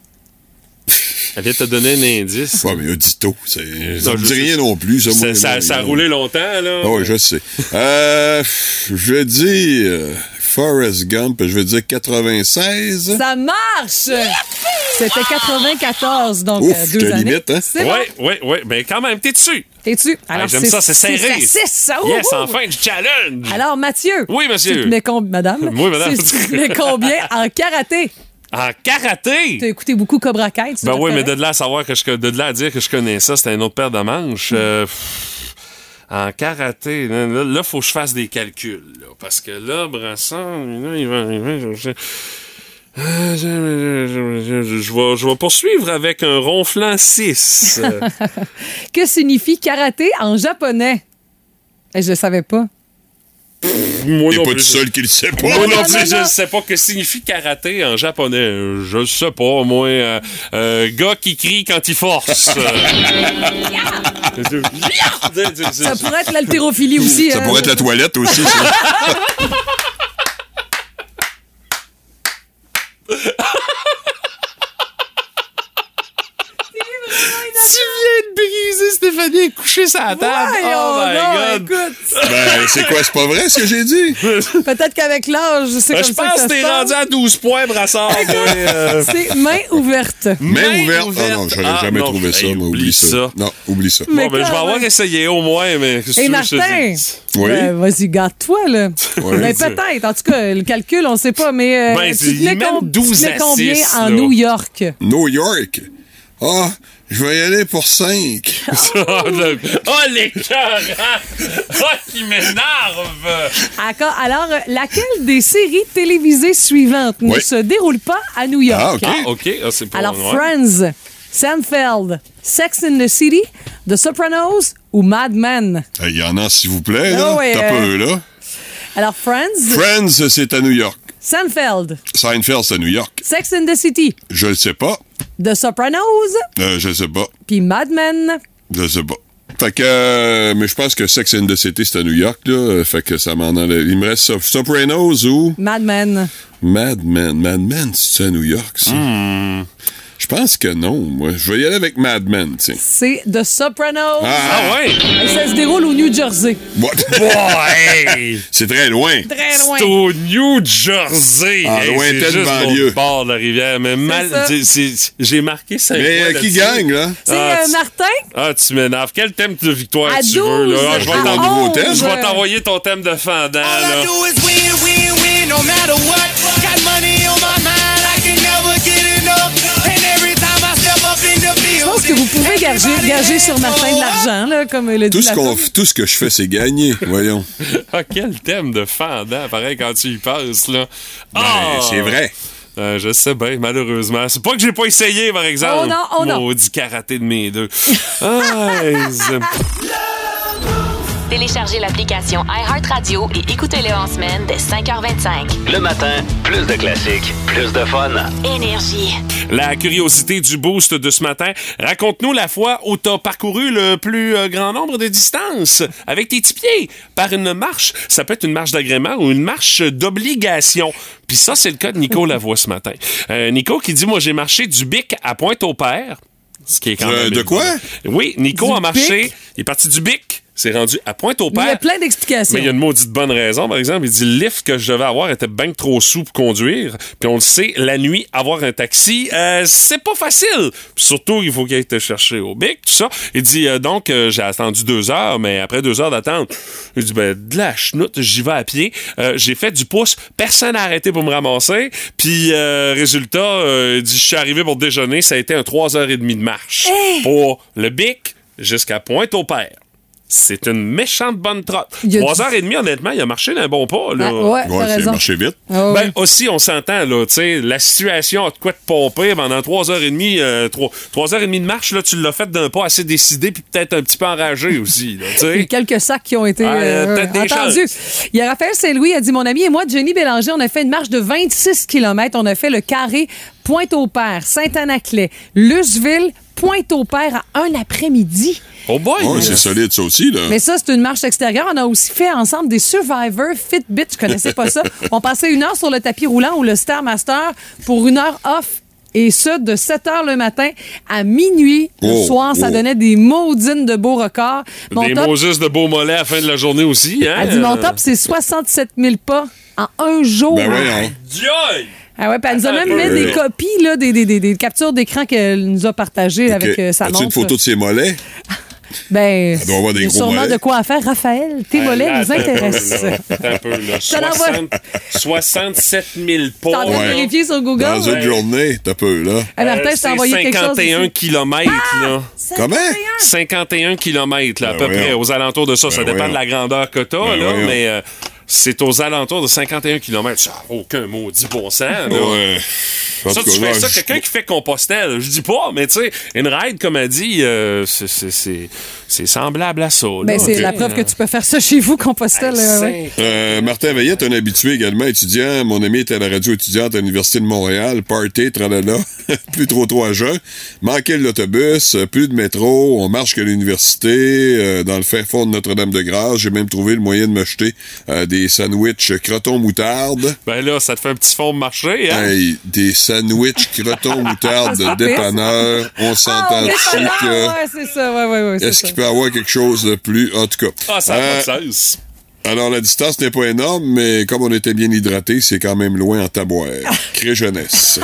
Elle vient de te donner un indice. Ouais, mais Audito, c'est... ça Non, me je dit sais. rien non plus, ça, Ça, moi. ça, là, ça a là. roulé longtemps, là. Ah oui, je sais. Euh, je dis euh, Forrest Gump, je vais dire quatre-vingt-seize. Ça marche! C'était quatre-vingt-quatorze, donc Ouf, euh, je deux te années. limite, hein? C'est bon. Oui, oui, oui. Mais quand même, t'es dessus. T'es dessus. Alors, Ah, j'aime c'est ça, c'est serré. six à six. Ah, Yes, ouh, ouh. enfin, du challenge. Alors, Mathieu. Oui, monsieur. Tu te mets combien, madame? Oui, madame. Tu tu te mets combien en karaté? En karaté. T'as écouté beaucoup Cobra Kai, tu Ben dois oui, être mais de correct. là à savoir que je, de là à dire que je connais ça, c'était une autre paire de manches. Euh, pff, en karaté, là, là, là, faut que je fasse des calculs. Là, parce que là, Brasson, là, il va. Il va je, euh, je, je, je- je vais, je vais poursuivre avec un ronflant six. Euh, Que signifie karaté en japonais? Eh, je le savais pas. moi T'es non pas plus, tout je- seul qui le sait pas. Moi non non, plus, non, je non. ne sais pas que signifie karaté en japonais. Je sais pas, moi. Euh, euh, gars qui crie quand il force. Euh, Ça pourrait être l'haltérophilie aussi. Ça hein. pourrait être la toilette aussi, ça. Tu viens de briser Stéphanie est couchée sur la table. Voyons Oh my donc, God. Écoute, Ben, c'est quoi, c'est pas vrai ce que j'ai dit? peut-être qu'avec l'âge, c'est Ben, comme je ça pense que que ça t'es se passe. rendu à douze points, Brassard. moi, euh. C'est main ouverte. Main ouverte. Ah non, j'aurais Ah, jamais non. trouvé ça, Hey, mais oublie oublie ça. ça. Non, oublie ça. Mais Bon, ben, je vais quand avoir même. essayé au moins, mais... qu'est-ce que Et tu veux que je te Martin, dise? Oui. ben, vas-y, garde-toi, là. Ouais. Mais peut-être, en tout cas, le calcul, on sait pas, mais euh, Ben, tu il te mets, mène com- tu te douze mets à combien six, en là. New York? New York. Ah, je vais y aller pour cinq. oh, le- oh, l'écœurant! Oh, qui m'énerve! D'accord. Alors, euh, laquelle des séries télévisées suivantes ne Oui. se déroule pas à New York? Ah, OK. Ah, OK. Ah, c'est pas... Alors, ouais. Friends, Seinfeld, Sex and the City, The Sopranos ou Mad Men? Il y en a, s'il vous plaît, là. Ah ouais, T'as euh, peu, là. Alors, Friends, Friends, c'est à New York. Seinfeld, Seinfeld, c'est à New York. Sex and the City, Je le sais pas. The Sopranos, Euh, je sais pas. puis Mad Men. Je sais pas. Fait que, euh, mais je pense que Sex and the City, c'est à New York, là. Fait que ça m'en enlève. Il me reste Sop- Sopranos ou Mad Men. Mad Men. Mad Men, c'est à New York, ça? Hmm. Je pense que non, moi. Je vais y aller avec Mad Men, tiens. C'est The Sopranos. Ah, ouais? Et ça se déroule au New Jersey. What? Ouais! C'est très loin. Très loin. C'est au New Jersey. En Hey, lointaine c'est juste banlieue. l'autre bord de la rivière. Mais mal, ça. c'est- c'est- j'ai marqué ça. Mais euh, qui gagne, là? C'est Ah, euh, tu- Martin? Ah, tu m'énerves. Quel thème de victoire À tu veux, là? Ah, je vais douze, t'en- à nouveau onze. thème. je vais t'envoyer ton thème de fendant, là. is win, win, win, no matter what. Got money on my mind, I can never get enough. And every time I step up in the field. Je pense que vous pouvez gager, gager sur Martin de l'argent, là, comme le dit Tout ce, la qu'on, femme. tout ce que je fais, c'est gagner. Voyons. Ah, quel thème de fendant, pareil, quand tu y penses, là. Ben, Ah! c'est vrai. Euh, je sais bien, malheureusement. C'est pas que j'ai pas essayé, par exemple. Oh non, oh non. Maudit karaté de mes deux. Ah, les- Téléchargez l'application iHeartRadio et écoutez-le en semaine dès cinq heures vingt-cinq. Le matin, plus de classiques, plus de fun. Énergie. La curiosité du boost de ce matin. Raconte-nous la fois où t'as parcouru le plus euh, grand nombre de distances avec tes petits pieds par une marche. Ça peut être une marche d'agrément ou une marche d'obligation. Puis ça, c'est le cas de Nico Lavoie ce matin. Euh, Nico qui dit, moi, j'ai marché du Bic à Pointe-au-Père. Ce qui est quand Euh, même... de une- quoi? Oui, Nico Du a marché. Bic? Il est parti du Bic. C'est rendu à Pointe-au-Père. Il y a plein d'explications. Mais il y a une maudite bonne raison. Par exemple, il dit le lift que je devais avoir était bien trop sous pour conduire. Puis on le sait, la nuit, avoir un taxi, euh, c'est pas facile. Puis surtout, il faut qu'il aille te chercher au bic, tout ça. Il dit euh, donc, euh, j'ai attendu deux heures, mais après deux heures d'attente, il dit ben, de la chenoute, j'y vais à pied. Euh, j'ai fait du pouce, personne n'a arrêté pour me ramasser. Puis euh, résultat, euh, il dit je suis arrivé pour déjeuner, ça a été un trois heures et demie de marche. Pour le bic jusqu'à Pointe-au-Père. C'est une méchante bonne trotte. Il y a Trois du- heures et demie, honnêtement, il a marché d'un bon pas. Là. Ah, ouais, Ouais, t'as c'est raison. marché vite. Ah, Ben, oui. aussi, on s'entend, là, tu sais, la situation a de quoi te pomper pendant trois heures et demie, euh, trois, trois heures et demie de marche, là, tu l'as fait d'un pas assez décidé, puis peut-être un petit peu enragé aussi, là, tu Il y a sais. quelques sacs qui ont été Ah, euh, peut-être des entendus. Il y a Raphaël Saint-Louis, a dit, mon ami et moi, Jenny Bélanger, on a fait une marche de vingt-six kilomètres. On a fait le carré Pointe-au-Père, Saint-Anaclet, Luceville, Pointe-au-Père à un après-midi. Oh boy! Ouais, c'est solide, ça aussi, là. Mais ça, c'est une marche extérieure. On a aussi fait ensemble des Survivor Fitbit. Je connaissais pas ça. On passait une heure sur le tapis roulant ou le Stairmaster pour une heure off. Et ça, de sept heures le matin à minuit le Oh, soir. Ça oh. donnait des maudines de beaux records. Mon Des top, Moses de beaux mollets à la fin de la journée aussi, hein? elle dit, mon top, c'est soixante-sept mille pas en un jour. Ben voyons. Dieu! Ah ouais, puis elle nous a Attends même un mis peu. des copies, là, des, des, des, des captures d'écran qu'elle nous a partagées Ok. avec euh, sa As-tu montre. une photo de ses mollets? Ben, Elle doit avoir des il y a gros sûrement mollets. de quoi à faire. Raphaël, tes mollets Là, nous attends un peu, intéressent. là. Attends un peu, là. te l'envoie. soixante soixante-sept mille T'es en pas. train de Ouais. vérifier sur Google? Dans une Ouais. journée, t'as peu, là. Ah, Martin, Euh, je t'ai envoyé quelque chose. cinquante et un ici. kilomètres, là. Comment? cinquante et un kilomètres, là, à Ben peu voyons. près, aux alentours de ça. ça Ben dépend de voyons. la grandeur que t'as, Ben là, voyons. mais euh, c'est aux alentours de cinquante et un kilomètres. Ça n'a aucun maudit bon sens, là. Ouais. En Ça, tout tu cas, fais là, ça, je- quelqu'un qui fait Compostelle, je dis pas, mais tu sais, une ride, comme elle dit, euh, c'est- c'est- c'est c'est semblable à ça. là. Ben, c'est Ok. la preuve que tu peux faire ça chez vous, Compostelle. Hey, euh, ouais. c'est- Euh, Martin Veillette, un habitué également, étudiant. Mon ami était à la radio étudiante à l'Université de Montréal. Party, tralala. Plus trop trop à jeun. Manquait l'autobus, euh, plus de métro. On marche que l'université. euh, dans le fin fond de Notre-Dame-de-Grâce. J'ai même trouvé le moyen de m'acheter euh, des sandwichs croton-moutarde. Ben là, ça te fait un petit fond de marché, hein? Hey, des sandwichs croton-moutarde de dépanneur. On Ah, s'entend on est dessus pas que... là. Ouais, c'est ça. Ouais, ouais, ouais, c'est Est-ce ça. qu'il peut avoir quelque chose de plus... En tout cas. Ah, ça n'a Euh, pas de sens. Alors, la distance n'est pas énorme, mais comme on était bien hydraté, c'est quand même loin en taboire. Crée jeunesse.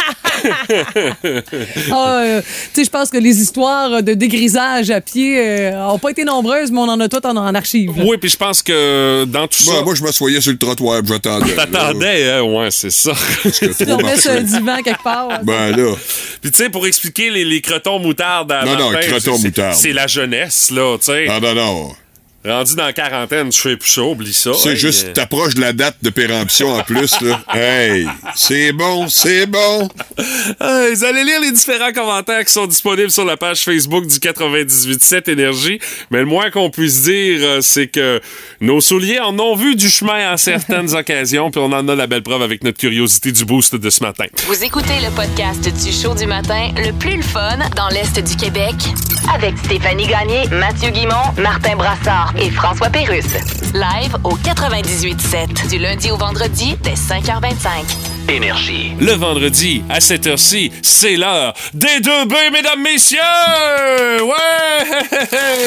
Ah, euh, tu sais, je pense que les histoires de dégrisage à pied n'ont pas été nombreuses, mais on en a toutes en, en archive. là. Oui, puis je pense que dans tout Moi, ça... moi, je m'assoyais sur le trottoir, puis j'attendais. là. T'attendais, hein? Ouais, c'est ça. Parce que Tu trop dormais sur un marché. divan quelque part. Ben là, Puis tu sais, pour expliquer les, les crotons moutarde à Non, non, Martin, crotons c'est- moutarde. c'est la jeunesse, là, tu sais. non, non, non. Rendu dans la quarantaine, je fais plus ça, oublie ça. C'est Hey, juste, euh, t'approches de la date de péremption en plus, là. Hey, c'est bon, c'est bon. Euh, vous allez lire les différents commentaires qui sont disponibles sur la page Facebook du quatre-vingt-dix-huit sept Énergie. Mais le moins qu'on puisse dire, euh, c'est que nos souliers en ont vu du chemin à certaines occasions, puis on en a la belle preuve avec notre curiosité du boost de ce matin. Vous écoutez le podcast du show du matin le plus le fun dans l'Est du Québec avec Stéphanie Gagné, Mathieu Guimont, Martin Brassard et François Pérusse. Live au quatre-vingt-dix-huit sept du lundi au vendredi dès cinq heures vingt-cinq. Énergie. Le vendredi, à cette heure-ci, c'est l'heure des deux B, mesdames, messieurs! Ouais!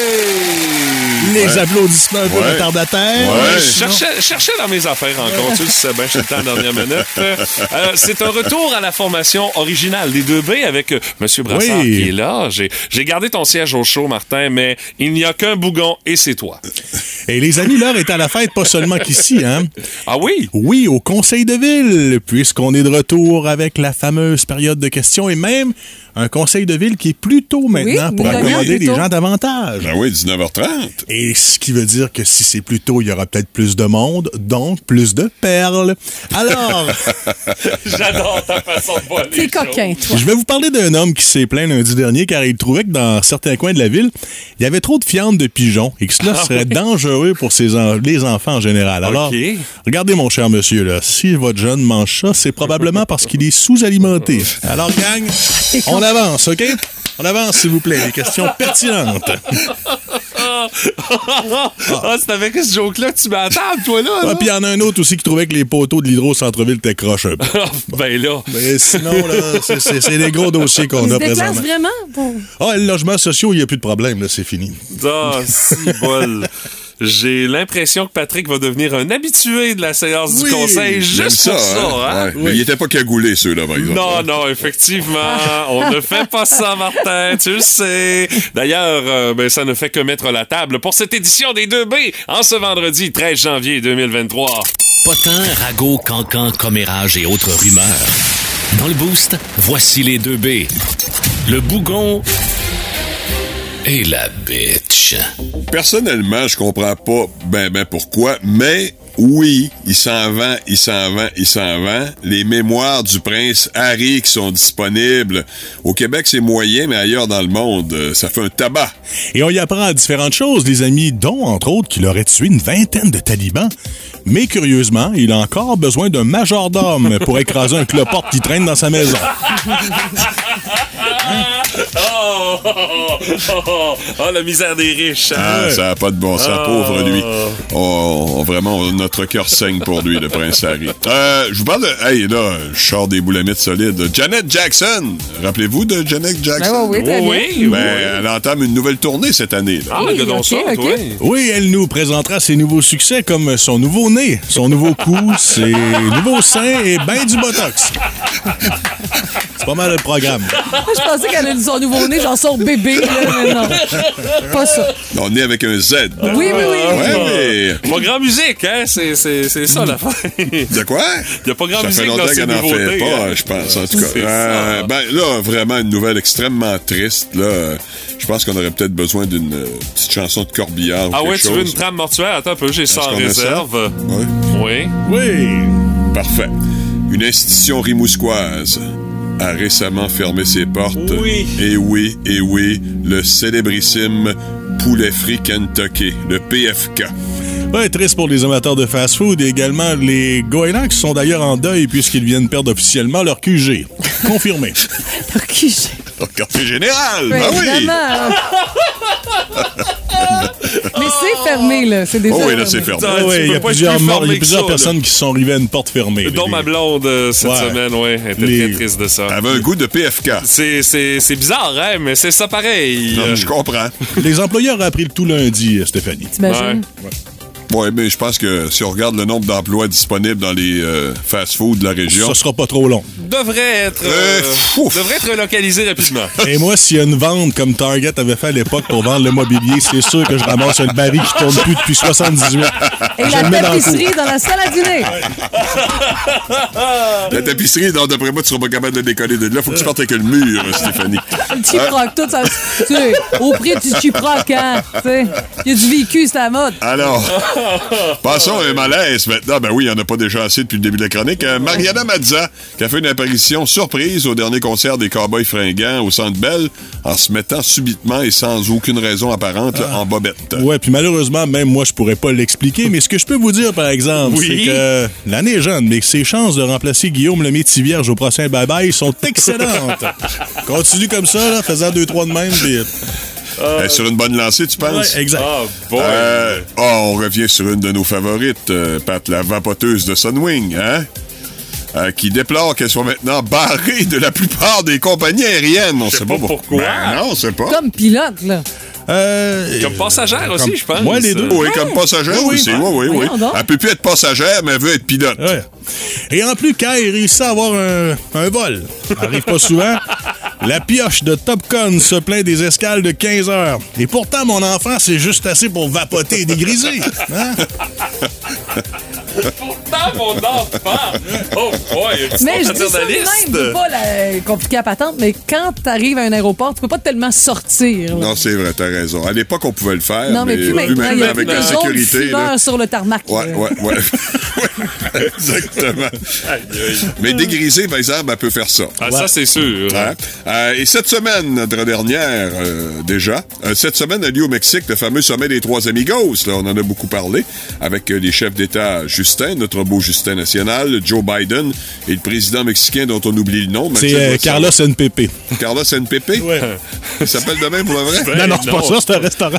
Les applaudissements un peu Ouais. retardataires. Ouais. Je cherchais, je cherchais dans mes affaires encore, tu le sais bien, je suis le temps en dernière minute. Euh, c'est un retour à la formation originale des deux B avec euh, M. Brassard Oui. qui est là. J'ai, j'ai gardé ton siège au chaud, Martin, mais il n'y a qu'un bougon et c'est toi. Et les amis, l'heure est à la fête, pas seulement qu'ici, hein? Ah oui? Oui, au conseil de ville, puisqu'on est de retour avec la fameuse période de questions et même un conseil de ville qui est plus tôt maintenant Oui, pour oui, accommoder plus les tôt. gens davantage. Ben oui, dix-neuf heures trente. Et ce qui veut dire que si c'est plus tôt, il y aura peut-être plus de monde, donc plus de perles. Alors, J'adore ta façon de voir les T'es choses. coquin, toi. je vais vous parler d'un homme qui s'est plaint lundi dernier car il trouvait que dans certains coins de la ville, il y avait trop de fientes de pigeons et que cela serait dangereux pour ses en- les enfants en général. Alors, Ok. regardez mon cher monsieur, là, si votre jeune mange ça, c'est probablement parce qu'il est sous-alimenté. Alors, gang, on avance, OK? On avance, s'il vous plaît. Des questions pertinentes. Ah, c'est avec ce joke-là que tu m'attends, toi, là? Ah, là? puis il y en a un autre aussi qui trouvait que les poteaux de l'hydro-centre-ville étaient croches un peu. ben là. Mais sinon, là, c'est- c'est c'est des gros dossiers qu'on Il a se déplace présentement. vraiment? Pour... Ah, les logements sociaux, il n'y a plus de problème, là, c'est fini. Ah, si bol. J'ai l'impression que Patrick va devenir un habitué de la séance Oui, du conseil J'aime juste pour ça, hein? Ouais. Mais il était pas cagoulé, ceux-là, par exemple. Non, non, effectivement, on ne fait pas ça, Martin, tu le sais. D'ailleurs, euh, ben, ça ne fait que mettre la table pour cette édition des deux B en ce vendredi treize janvier deux mille vingt-trois. Potins, ragots, cancans, commérages et autres rumeurs. Dans le boost, voici les deux B. Le bougon et la bitch. Personnellement, je comprends pas ben ben pourquoi, mais oui, il s'en vend, il s'en vend, il s'en vend. Les mémoires du prince Harry qui sont disponibles. Au Québec, c'est moyen, mais ailleurs dans le monde, euh, ça fait un tabac. Et on y apprend différentes choses, les amis, dont, entre autres, qu'il aurait tué une vingtaine de talibans. Mais curieusement, il a encore besoin d'un majordome pour écraser un cloporte qui traîne dans sa maison. Oh, oh, oh, oh, oh, la misère des riches. Ah, ça n'a pas de bon sens, Ah. pauvre lui. Oh, on- vraiment, notre cœur saigne pour lui, le prince Harry. Euh, je vous parle de... Hey, là, je sors des boulamites solides. Janet Jackson. Rappelez-vous de Janet Jackson? Ben oui, oui, très oui, bien. oui. Ben, elle entame une nouvelle tournée cette année. Là. Ah, Oui, regarde donc ok, ça, ok. toi. Oui, elle nous présentera ses nouveaux succès comme son nouveau nez, son nouveau cou, ses nouveaux seins et ben du botox. C'est pas mal le programme. Moi, je pensais qu'elle a dit son nouveau-né, j'en sors bébé, là, mais non. Pas ça. On est avec un Z. Oui, oui, oui. Ouais, mais... Pas grand musique, hein? C'est, c'est, c'est ça, la fin. De quoi? Il n'y a pas grand Ça musique fait dans longtemps ces qu'elle n'en nouveautés. fait pas, hein. je pense, en tout cas. C'est Euh, ça. ben là, vraiment une nouvelle extrêmement triste. Là, Euh, je pense qu'on aurait peut-être besoin d'une euh, petite chanson de Corbillard ou Ah quelque ouais, tu chose. veux une trame mortuaire? Attends un peu, j'ai ça en qu'on a ça? réserve. Oui. Oui. Oui. Parfait. Une institution rimousquoise a récemment fermé ses portes. Oui. Et oui, et oui, le célébrissime Poulet Frit Kentucky, le P F K. Ouais, triste pour les amateurs de fast-food et également les Goélands qui sont d'ailleurs en deuil puisqu'ils viennent perdre officiellement leur Q G. Confirmé. Ok, j'ai- Quartier général, Oui, ben oui. évidemment. Mais c'est fermé, là. C'est déjà Oh oui, là, c'est fermé. Ah, Ah tu oui, il y peux a pas être plusieurs plus morts, il y formé a que plusieurs ça, personnes là. qui se sont arrivées à une porte fermée. Dont Les- ma blonde euh, cette Ouais. semaine, oui. Elle était Les- très triste de ça. Elle avait un goût de P F K. C'est, c'est, c'est bizarre, hein, mais c'est ça pareil. Non, Euh, je comprends. Les employés auraient appris le tout lundi, euh, Stéphanie. T'imagines? Oui, mais je pense que si on regarde le nombre d'emplois disponibles dans les euh, fast-food de la région, Ça sera pas trop long. devrait être, Euh, euh, ouf. devrait être localisé rapidement. Et moi, s'il y a une vente comme Target avait fait à l'époque pour vendre le mobilier, c'est sûr que je ramasse un baril qui tourne plus depuis soixante-dix-huit. Et Je la le mets dans le tapisserie dans la salle à dîner. la tapisserie, non, d'après moi, tu seras pas capable de décoller de là. Faut que tu partes avec le mur, Stéphanie. Le chiproc, tout ça. Tu sais, au prix du chiproc, hein. Tu sais, il y a du vécu, c'est la mode. Alors, passons à un malaise maintenant. Ben oui, il n'y en a pas déjà assez depuis le début de la chronique. Euh, Mariana Mazza, qui a fait une apparition surprise au dernier concert des Cowboys fringants au Centre Bell, en se mettant subitement et sans aucune raison apparente là, en bobette. Ouais, puis malheureusement, même moi, je pourrais pas l'expliquer, mais ce que je peux vous dire, par exemple, Oui. c'est que l'année est jeune, mais que ses chances de remplacer Guillaume le Métis-Vierge au prochain bye-bye sont excellentes. Continue comme ça, là, faisant deux, trois de même, puis... Euh, sur une bonne lancée, tu penses? Ouais, exact. Ah, boy. Euh, oh, on revient sur une de nos favorites, euh, Pat, la vapoteuse de Sunwing, hein? Euh, qui déplore qu'elle soit maintenant barrée de la plupart des compagnies aériennes. On Je sais sait pas pour- pourquoi. Ben non, on sait pas. Comme pilote, là. Euh, Comme passagère comme- aussi, je pense. Ouais, les deux. Oui, comme passagère Oui, oui. aussi. Oui, oui, oui. Voyons donc. Elle peut plus être passagère, mais elle veut être pilote. Ouais. Et en plus, Kai réussit à avoir un, un vol. Ça arrive pas souvent. La pioche de Top Gun se plaint des escales de quinze heures. Et pourtant, mon enfant, c'est juste assez pour vapoter et dégriser. Hein? Pourtant, mon enfant! Oh, boy, un petit Mais je dis ça de paternaliste. même, c'est pas la compliqué à patente, mais quand t'arrives à un aéroport, tu peux pas tellement sortir. là. Non, c'est vrai, t'as raison. À l'époque, on pouvait le faire, Non, mais, plus maintenant, il y a avec plus la de zones sécurité. fumeurs Là. sur le tarmac. Ouais, là. ouais, ouais. Exactement. Aïe, aïe. Mais dégriser, par exemple, elle peut faire ça. Ah, ça, c'est sûr. Hein? Euh, et cette semaine, notre dernière, euh, déjà, euh, cette semaine a lieu au Mexique le fameux sommet des Trois Amigos. Là, on en a beaucoup parlé avec euh, les chefs d'État Justin, notre beau Justin national, Joe Biden et le président mexicain dont on oublie le nom. C'est Mathieu euh, Bossard. Carlos N P P. Carlos N P P? Ouais. Il s'appelle de même pour le vrai? Ben, non, non, c'est pas non. ça, c'est un restaurant.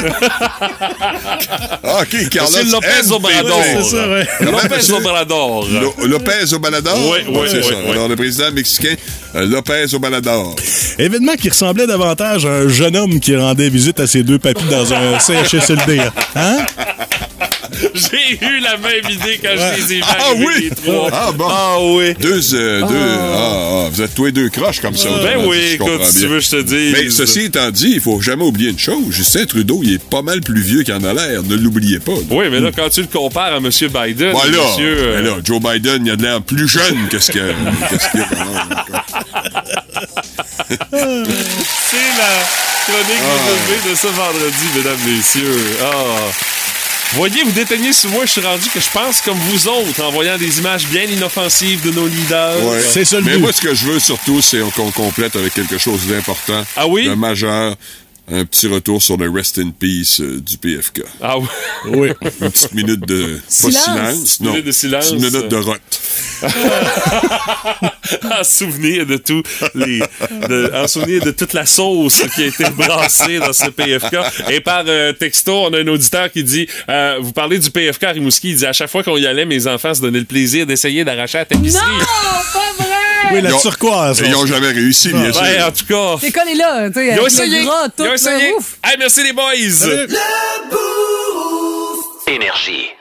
Ah, OK, Carlos C'est Lopez N P P. Obrador. c'est ça, ouais. Comment, Lopez monsieur? Obrador. Lo- Lopez Obrador? Oui, oui, c'est oui, ça. oui. Alors, le président mexicain, euh, Lopez Obrador. Événement qui ressemblait davantage à un jeune homme qui rendait visite à ses deux papis dans un C H S L D. Hein? J'ai eu la même idée quand je les ai vus Ah arriver, oui? les trois. Ah bon? Ah oui. Deux, euh, deux, ah, ah, vous êtes tous les deux croches comme ça. Ben autrement oui, dit, je écoute, comprends si tu bien. veux, je te dis. Mais ceci étant dit, il faut jamais oublier une chose. Justin Trudeau, il est pas mal plus vieux qu'il en a l'air. Ne l'oubliez pas. là. Oui, mais là, quand tu le compares à M. Biden, Voilà. monsieur... euh, Ben là, Joe Biden, il a de l'air plus jeune que ce que- qu'est-ce qu'il y a quand même. C'est la chronique résumée de ce vendredi, mesdames, messieurs. Ah. Voyez, vous déteignez sur moi, je suis rendu que je pense comme vous autres en voyant des images bien inoffensives de nos leaders. Ouais. C'est ça le Mais but. moi, ce que je veux surtout, c'est qu'on complète avec quelque chose d'important. Ah oui? De majeur. Un petit retour sur le Rest in Peace euh, du P F K. Ah oui. Oui. Une petite minute de... Silence. Pas silence, non. Minute de silence. Une minute de rot. En souvenir de tout les, de, en souvenir de toute la sauce qui a été brassée dans ce P F K. Et par euh, texto, on a un auditeur qui dit euh, vous parlez du P F K à Rimouski, il dit à chaque fois qu'on y allait, mes enfants se donnaient le plaisir d'essayer d'arracher la tapisserie. Non, pas vrai! Oui, la Ils ont- turquoise. Et ils n'ont jamais réussi, bien sûr. Ouais, en tout cas. C'est collé là, tu sais, Ils ont avec essayé. le bras, tout, Ils ont essayé. là, ouf. Hey, merci les boys. Énergie.